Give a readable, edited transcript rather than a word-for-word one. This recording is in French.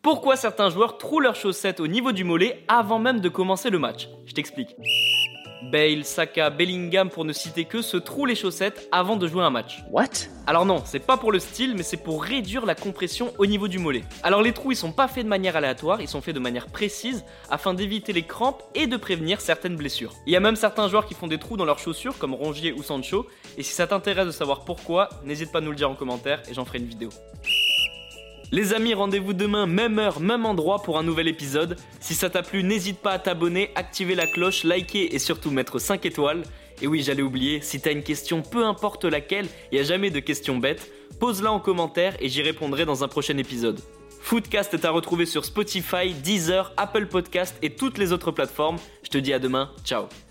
Pourquoi certains joueurs trouent leurs chaussettes au niveau du mollet avant même de commencer le match? Je t'explique. Bale, Saka, Bellingham pour ne citer que se trouent les chaussettes avant de jouer un match. What? Alors non, c'est pas pour le style, mais c'est pour réduire la compression au niveau du mollet. Alors les trous, ils sont pas faits de manière aléatoire, ils sont faits de manière précise afin d'éviter les crampes et de prévenir certaines blessures. Il y a même certains joueurs qui font des trous dans leurs chaussures comme Rongier ou Sancho, et si ça t'intéresse de savoir pourquoi, n'hésite pas à nous le dire en commentaire et j'en ferai une vidéo. Les amis, rendez-vous demain, même heure, même endroit pour un nouvel épisode. Si ça t'a plu, n'hésite pas à t'abonner, activer la cloche, liker et surtout mettre 5 étoiles. Et oui, j'allais oublier, si t'as une question, peu importe laquelle, il n'y a jamais de questions bêtes, pose-la en commentaire et j'y répondrai dans un prochain épisode. Footcast est à retrouver sur Spotify, Deezer, Apple Podcast et toutes les autres plateformes. Je te dis à demain, ciao.